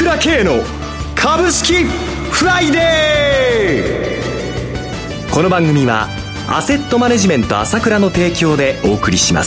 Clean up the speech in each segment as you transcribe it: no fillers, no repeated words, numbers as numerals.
倉慶の株式フライデー。この番組はアセットマネジメント朝倉の提供でお送りします。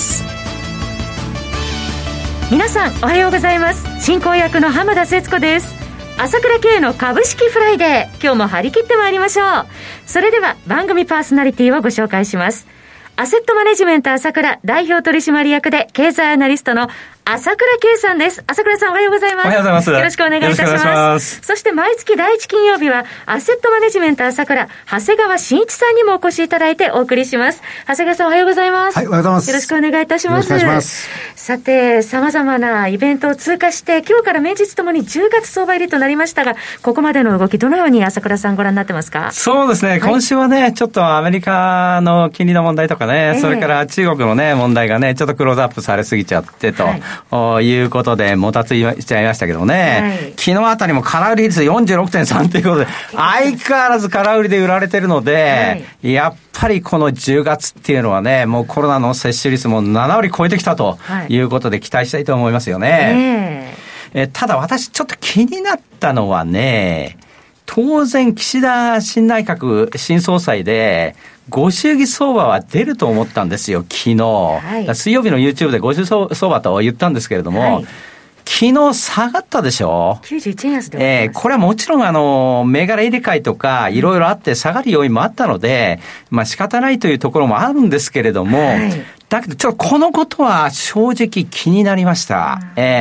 皆さんおはようございます。進行役の浜田節子です。朝倉慶の株式フライデー、今日も張り切ってまいりましょう。それでは番組パーソナリティをご紹介します。アセットマネジメント朝倉代表取締役で経済アナリストの朝倉慶さんです。朝倉さんおはようございます。 おはようございます。 よろしくお願いいたします。そして毎月第1金曜日はアセットマネジメント朝倉長谷川慎一さんにもお越しいただいてお送りします。長谷川さんおはようございます。 はい、おはようございます。 よろしくお願いいたします。 よろしくお願いします。 さて、様々なイベントを通過して今日から名実ともに10月相場入りとなりましたが、ここまでの動きどのように朝倉さんご覧になってますか？ そうですね、はい、今週はねちょっとアメリカの金利の問題とかね、それから中国のね問題がねちょっとクローズアップされすぎちゃってと、いうことでもたついちゃいましたけどね、昨日あたりも空売り率 46.3 ということで相変わらず空売りで売られてるので、やっぱりこの10月っていうのはね、もうコロナの接種率も7割超えてきたということで期待したいと思いますよね。ただ私ちょっと気になったのはね、当然岸田新内閣新総裁でご祝儀相場は出ると思ったんですよ、昨日。水曜日の YouTube でご祝儀相場と言ったんですけれども、昨日下がったでしょ。 91円安でございます。 これはもちろん銘柄入れ替えとかいろいろあって下がる要因もあったので、まあ仕方ないというところもあるんですけれども、だけどちょっとこのことは正直気になりました。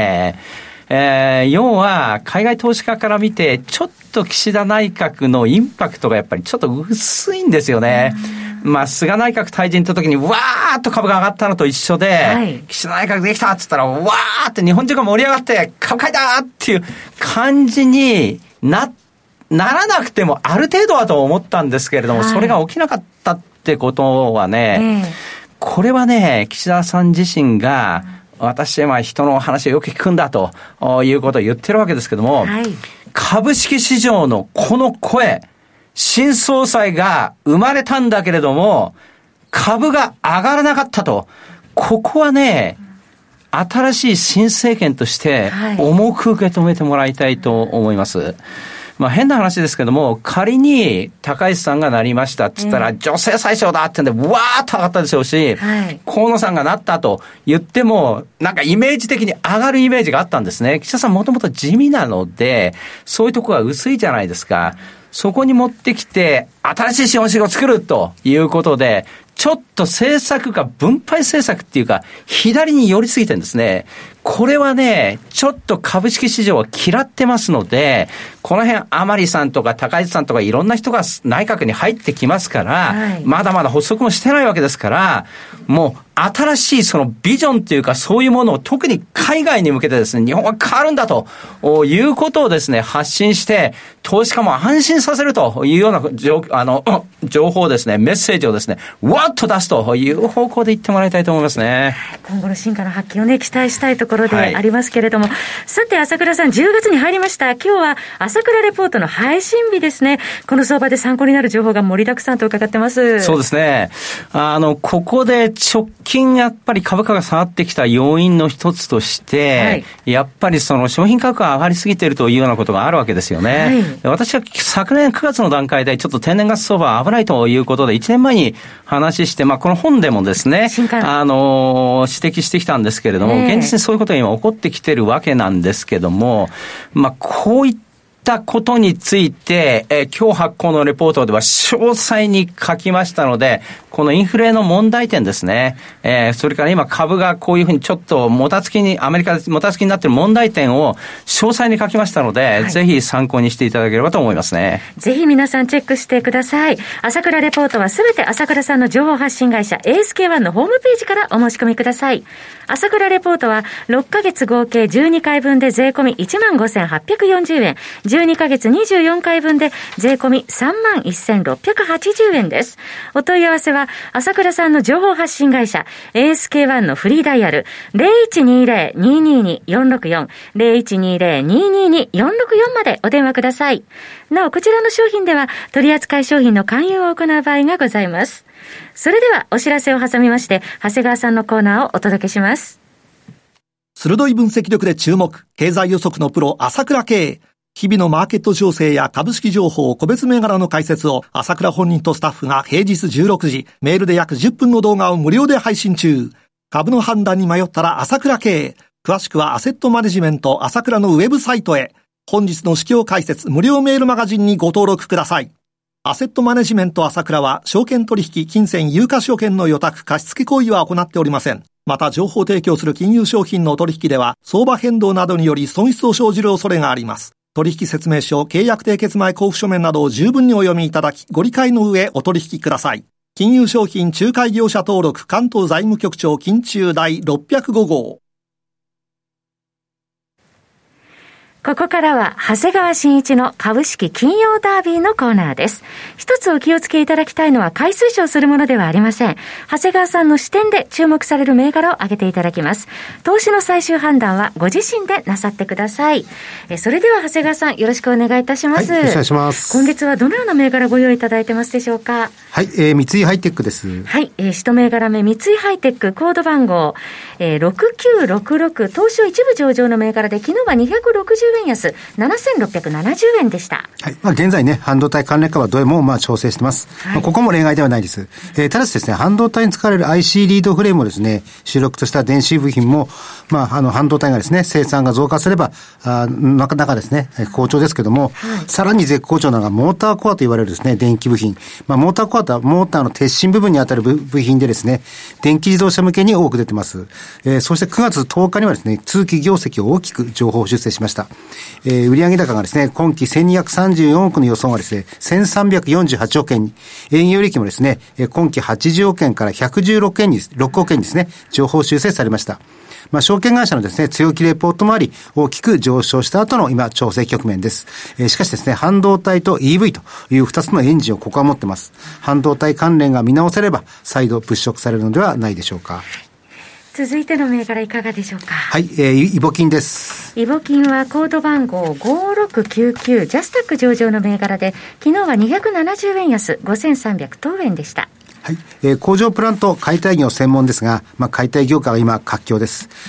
要は海外投資家から見てちょっと岸田内閣のインパクトがやっぱりちょっと薄いんですよね。まあ菅内閣退陣の時にわーっと株が上がったのと一緒で、岸田内閣できたっつったらわーって日本中が盛り上がって株買いだっていう感じにならなくてもある程度はと思ったんですけれども、それが起きなかったってことはね、これはね岸田さん自身が私は人の話をよく聞くんだということを言ってるわけですけども、株式市場のこの声、新総裁が生まれたんだけれども株が上がらなかったと、ここはね新しい新政権として重く受け止めてもらいたいと思います。まあ変な話ですけども、仮に高市さんがなりましたって言ったら、女性最小だってんで、わーっと上がったでしょうし、河野さんがなったと言っても、なんかイメージ的に上がるイメージがあったんですね。岸田さんもともと地味なので、そういうところが薄いじゃないですか。そこに持ってきて、新しい資本主義を作るということで、ちょっと政策が分配政策っていうか、左に寄りすぎてるんですね。これはね、ちょっと株式市場は嫌ってますので、この辺甘利さんとか高市さんとかいろんな人が内閣に入ってきますから、まだまだ発足もしてないわけですから、もう新しいそのビジョンというかそういうものを特に海外に向けてですね、日本は変わるんだということをですね、発信して、投資家も安心させるというような情報をですね、メッセージをですね、わっと出すという方向で言ってもらいたいと思いますね。 今後の進化の発揮をね、期待したいところでありますけれども、さて朝倉さん、10月に入りました。今日は朝倉レポートの配信日ですね。この相場で参考になる情報が盛りだくさんと伺ってます。 そうですね。ここで直近やっぱり株価が下がってきた要因の一つとして、やっぱりその商品価格が上がりすぎているというようなことがあるわけですよね。私は昨年9月の段階でちょっと天然ガス相場は危ないということで1年前に話して、まあこの本でもですね、指摘してきたんですけれども、現実にそういうことが今起こってきてるわけなんですけども、まあこういったことについて、今日発行のレポートでは詳細に書きましたので、このインフレの問題点ですね、それから今株がこういうふうにちょっとアメリカでもたつきになっている問題点を詳細に書きましたので、ぜひ参考にしていただければと思いますね。 ぜひ皆さんチェックしてください。朝倉レポートはすべて朝倉さんの情報発信会社 ASK-1 のホームページからお申し込みください。朝倉レポートは6ヶ月合計12回分で税込み 15,840 円、12ヶ月24回分で税込み 31,680 円です。お問い合わせは朝倉さんの情報発信会社 ASK-1 のフリーダイヤル 0120-222-464 0120-222-464 までお電話ください。なおこちらの商品では取扱い商品の勧誘を行う場合がございます。それではお知らせを挟みまして長谷川さんのコーナーをお届けします。 鋭い分析力で注目、経済予測のプロ朝倉慶。 日々のマーケット情勢や株式情報、個別銘柄の解説を朝倉本人とスタッフが平日16時、メールで約10分の動画を無料で配信中。株の判断に迷ったら朝倉経営。詳しくはアセットマネジメント朝倉のウェブサイトへ。本日の市況解説無料メールマガジンにご登録ください。アセットマネジメント朝倉は証券取引、金銭、有価証券の予託、貸付行為は行っておりません。また情報提供する金融商品の取引では相場変動などにより損失を生じる恐れがあります。取引説明書、契約締結前交付書面などを十分にお読みいただき、ご理解の上お取引ください。金融商品仲介業者登録関東財務局長金中第605号。 ここからは長谷川慎一の株式金曜ダービーのコーナーです。一つお気をつけいただきたいのは買い推奨するものではありません。長谷川さんの視点で注目される銘柄を挙げていただきます。投資の最終判断はご自身でなさってください。それでは長谷川さんよろしくお願いいたします。 はい、よろしくお願いします。 今月はどのような銘柄ご用意いただいてますでしょうか。 はい、三井ハイテックです。 はい、一銘柄目三井ハイテックコード番号、6966東証一部上場の銘柄で昨日は260円安7670円でした。 はい。現在ね、半導体関連株はどれも調整してます。はい。ここも例外ではないです。ただしですね、半導体に使われる IC リードフレームをですね、主力とした電子部品も、半導体がですね、生産が増加すれば、なかなかですね、好調ですけども、はい、さらに絶好調なのがモーターコアと言われるですね、電気部品。モーターコアとはモーターの鉄心部分にあたる部品でですね、電気自動車向けに多く出てます。そして9月10日にはですね、通期業績を大きく情報修正しました。売上高がですね、今期1234億の予想がですね、1348億円に、営業利益もですね、今期80億円から116億円にですね、情報修正されました。証券会社のですね、強気レポートもあり、大きく上昇した後の今、調整局面です。しかしですね、半導体と EV という2つのエンジンをここは持ってます。半導体関連が見直せれば、再度物色されるのではないでしょうか。 続いての銘柄いかがでしょうか。 はい、イボキンです。 イボキンはコード番号5699ジャスタック上場の銘柄で昨日は270円安5300等円でした。 はい。工場プラント解体業専門ですが、解体業界は今活況です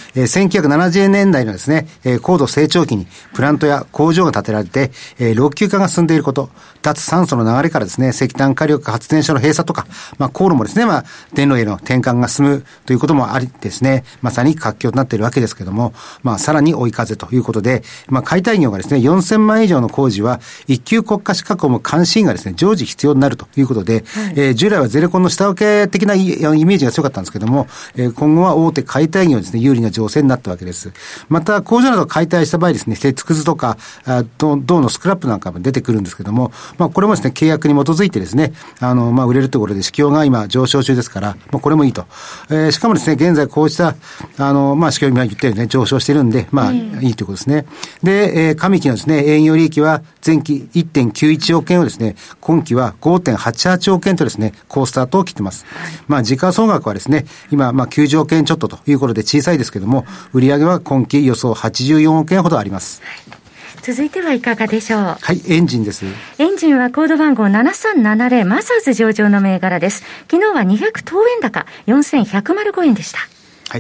。1970年代のですね、高度成長期にプラントや工場が建てられて、老朽化が進んでいること、脱炭素の流れからですね、石炭火力発電所の閉鎖とか、航路もですね、電路への転換が進むということもありですね、まさに活況となっているわけですけども、さらに追い風ということで、解体業がですね、4000万以上の工事は、一級国家資格をも監視員がですね、常時必要になるということで、はい、従来はゼレコンの下請け的なイメージが強かったんですけども、今後は大手解体業ですね、有利な情勢になったわけです。また、工場など解体した場合ですね、鉄くずとか、銅のスクラップなんかも出てくるんですけども、これもですね、契約に基づいてですね、売れるところで市況が今上昇中ですから、これもいいと。しかもですね、現在こうした、市況今言ったようにね、上昇しているんで、いいということですね。で、上期のですね、営業利益は前期 1.91 億円をですね、今期は 5.88 億円とですね、好スタートを切ってます。時価総額はですね、今、90億円ちょっとということで小さいですけども、売上は今期予想84億円ほどあります。 続いてはいかがでしょう。 はい、エンジンです。 エンジンはコード番号7370マザーズ上場の銘柄です。昨日は200等円高4105円でした。 はい。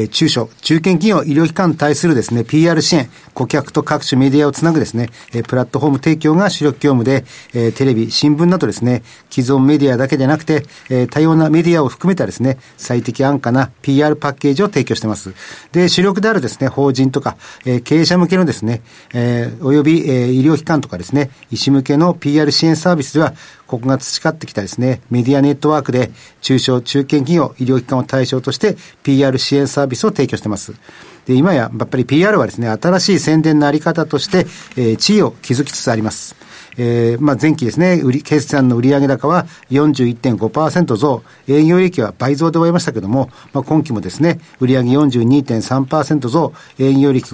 中堅企業、医療機関に対するですね、PR 支援、顧客と各種メディアをつなぐですね、プラットフォーム提供が主力業務で、テレビ、新聞などですね、既存メディアだけでなくて、多様なメディアを含めたですね、最適安価な PR パッケージを提供しています。で、主力であるですね、法人とか、経営者向けのですね、および、医療機関とかですね、医師向けの PR 支援サービスでは、ここが培ってきたですね、メディアネットワークで中小中堅企業、医療機関を対象として PR 支援サービスを提供しています。で、今やっぱり PR はですね、新しい宣伝のあり方として、地位を築きつつあります。前期ですね、決算の売上高は 41.5% 増、営業利益は倍増で終えましたけども、今期もですね、売上 42.3% 増、営業利益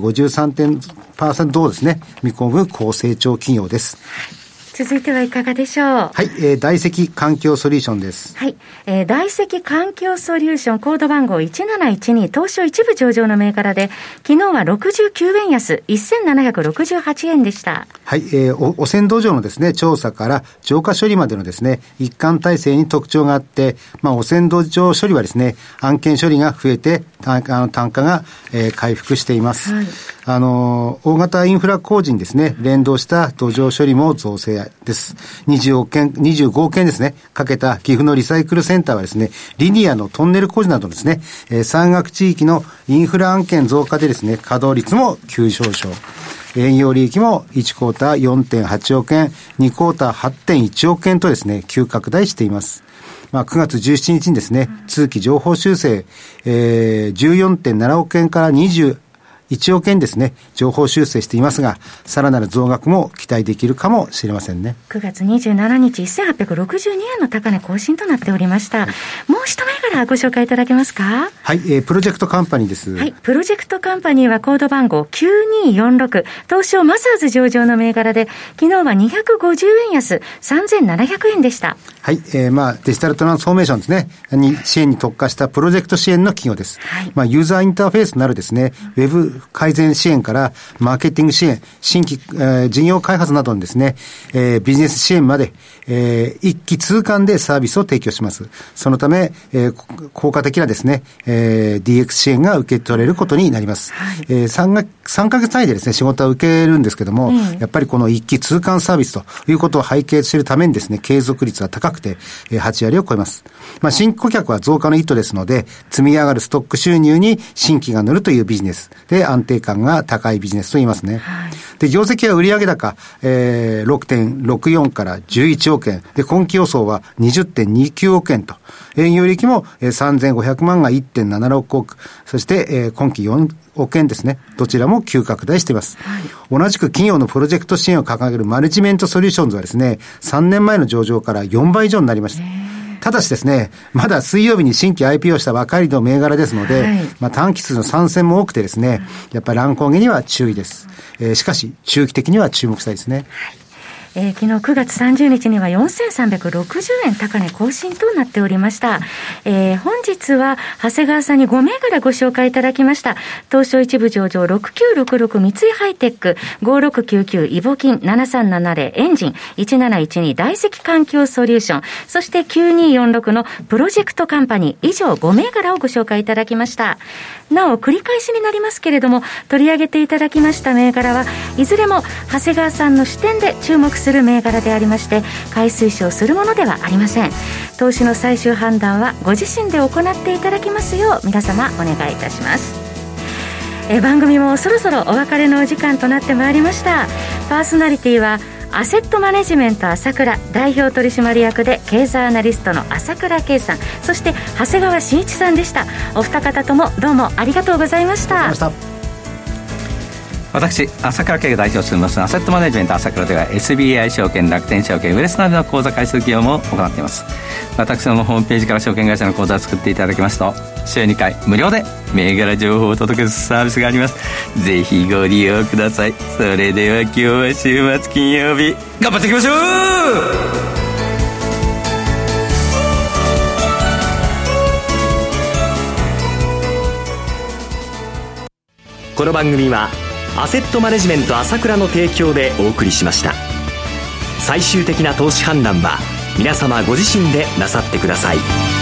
53% 増ですね、見込む高成長企業です。 続いてはいかがでしょう。 はい、大積環境ソリューションです。 はい、大積環境ソリューションコード番号1712東証一部上場の銘柄で昨日は69円安1768円でした。 はい、汚染土壌のですね調査から浄化処理までのですね一貫体制に特徴があって、汚染土壌処理はですね案件処理が増えて単価が、回復しています。はい、 大型インフラ工事にですね、連動した土壌処理も造成です。25億円ですね、かけた岐阜のリサイクルセンターはですね、リニアのトンネル工事などですね、山岳地域のインフラ案件増加でですね、稼働率も急上昇。営業利益も1クォーター 4.8 億円、2クォーター 8.1 億円とですね、急拡大しています。9月17日にですね、通期情報修正、14.7 億円から21億円ですね、情報修正していますが、さらなる増額も期待できるかもしれませんね。 9月27日、1862円の高値更新となっておりました。もう一銘柄ご紹介いただけますか？ はい、プロジェクトカンパニーです。 はい、プロジェクトカンパニーはコード番号9246、東証マザーズ上場の銘柄で、昨日は250円安、3700円でした。 はい、デジタルトランスフォーメーションですね、支援に特化したプロジェクト支援の企業です。はい、ユーザーインターフェースとなるですね、ウェブ改善支援からマーケティング支援、新規、事業開発などのですね、ビジネス支援まで、一気通貫でサービスを提供します。そのため、効果的なですね、DX 支援が受け取れることになります。はい、3ヶ月単位でですね、仕事は受けるんですけども、やっぱりこの一気通貫サービスということを背景とするためにですね、継続率は高くて、8割を超えます。新顧客は増加の意図ですので、積み上がるストック収入に新規が乗るというビジネスで安定感が高いビジネスと言いますね。はい、で、業績は売上高、6.64 から11億円。で、今期予想は 20.29 億円と。営業利益も3500万が 1.76 億。そして、今期4億円ですね。どちらも急拡大しています。はい、同じく企業のプロジェクト支援を掲げるマネジメントソリューションズはですね、3年前の上場から4倍以上になりました。ただしですね、まだ水曜日に新規 IPO したばかりの銘柄ですので、はい、短期数の参戦も多くてですね、やっぱり乱高下には注意です。しかし、中期的には注目したいですね。はい、 昨日9月30日には4360円高値更新となっておりました。本日は長谷川さんに5銘柄ご紹介いただきました。東証一部上場6966三井ハイテック、5699イボキン、7370エンジン、1712大積環境ソリューション、そして9246のプロジェクトカンパニー、以上5銘柄をご紹介いただきました。なお繰り返しになりますけれども、取り上げていただきました銘柄はいずれも長谷川さんの視点で注目する銘柄でありまして、買い推奨するものではありません。投資の最終判断はご自身で行っていただきますよう皆様お願いいたします。番組もそろそろお別れのお時間となってまいりました。パーソナリティはアセットマネジメント朝倉代表取締役で経済アナリストの朝倉圭さん、そして長谷川慎一さんでした。お二方ともどうもありがとうございました。 私、朝倉圭が代表を務めますアセットマネジメント朝倉では SBI 証券、楽天証券、ウエルスナビの口座開設業務を行っています。私のホームページから証券会社の口座を作っていただきますと、週2回無料で銘柄情報をお届けするサービスがあります。ぜひご利用ください。それでは今日は週末金曜日、頑張っていきましょう。 この番組はアセットマネジメント朝倉の提供でお送りしました。最終的な投資判断は皆様ご自身でなさってください。